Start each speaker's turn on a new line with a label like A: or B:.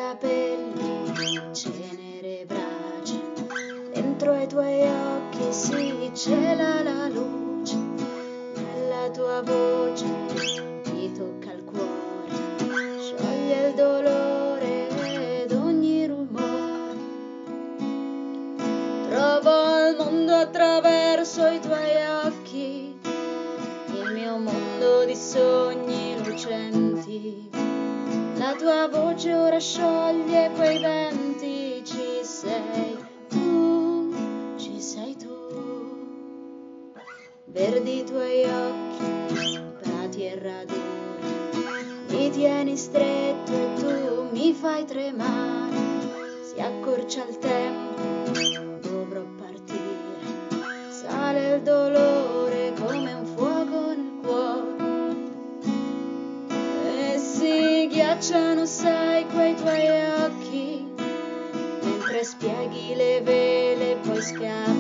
A: capelli, cenere brace, dentro ai tuoi occhi si cela la luce, nella tua voce ti tocca il cuore, scioglie il dolore ed ogni rumore. Trovo il mondo attraverso i tuoi occhi, il mio mondo di sogni lucenti. La tua voce ora scioglie quei venti, ci sei tu, ci sei tu. Verdi i tuoi occhi, prati e raduni, mi tieni stretto e tu mi fai tremare. Si accorcia il tempo, dovrò partire, sale il dolore come un fuoco nel cuore. Si ghiacciano, sai, quei tuoi occhi, mentre spieghi le vele, poi scappi.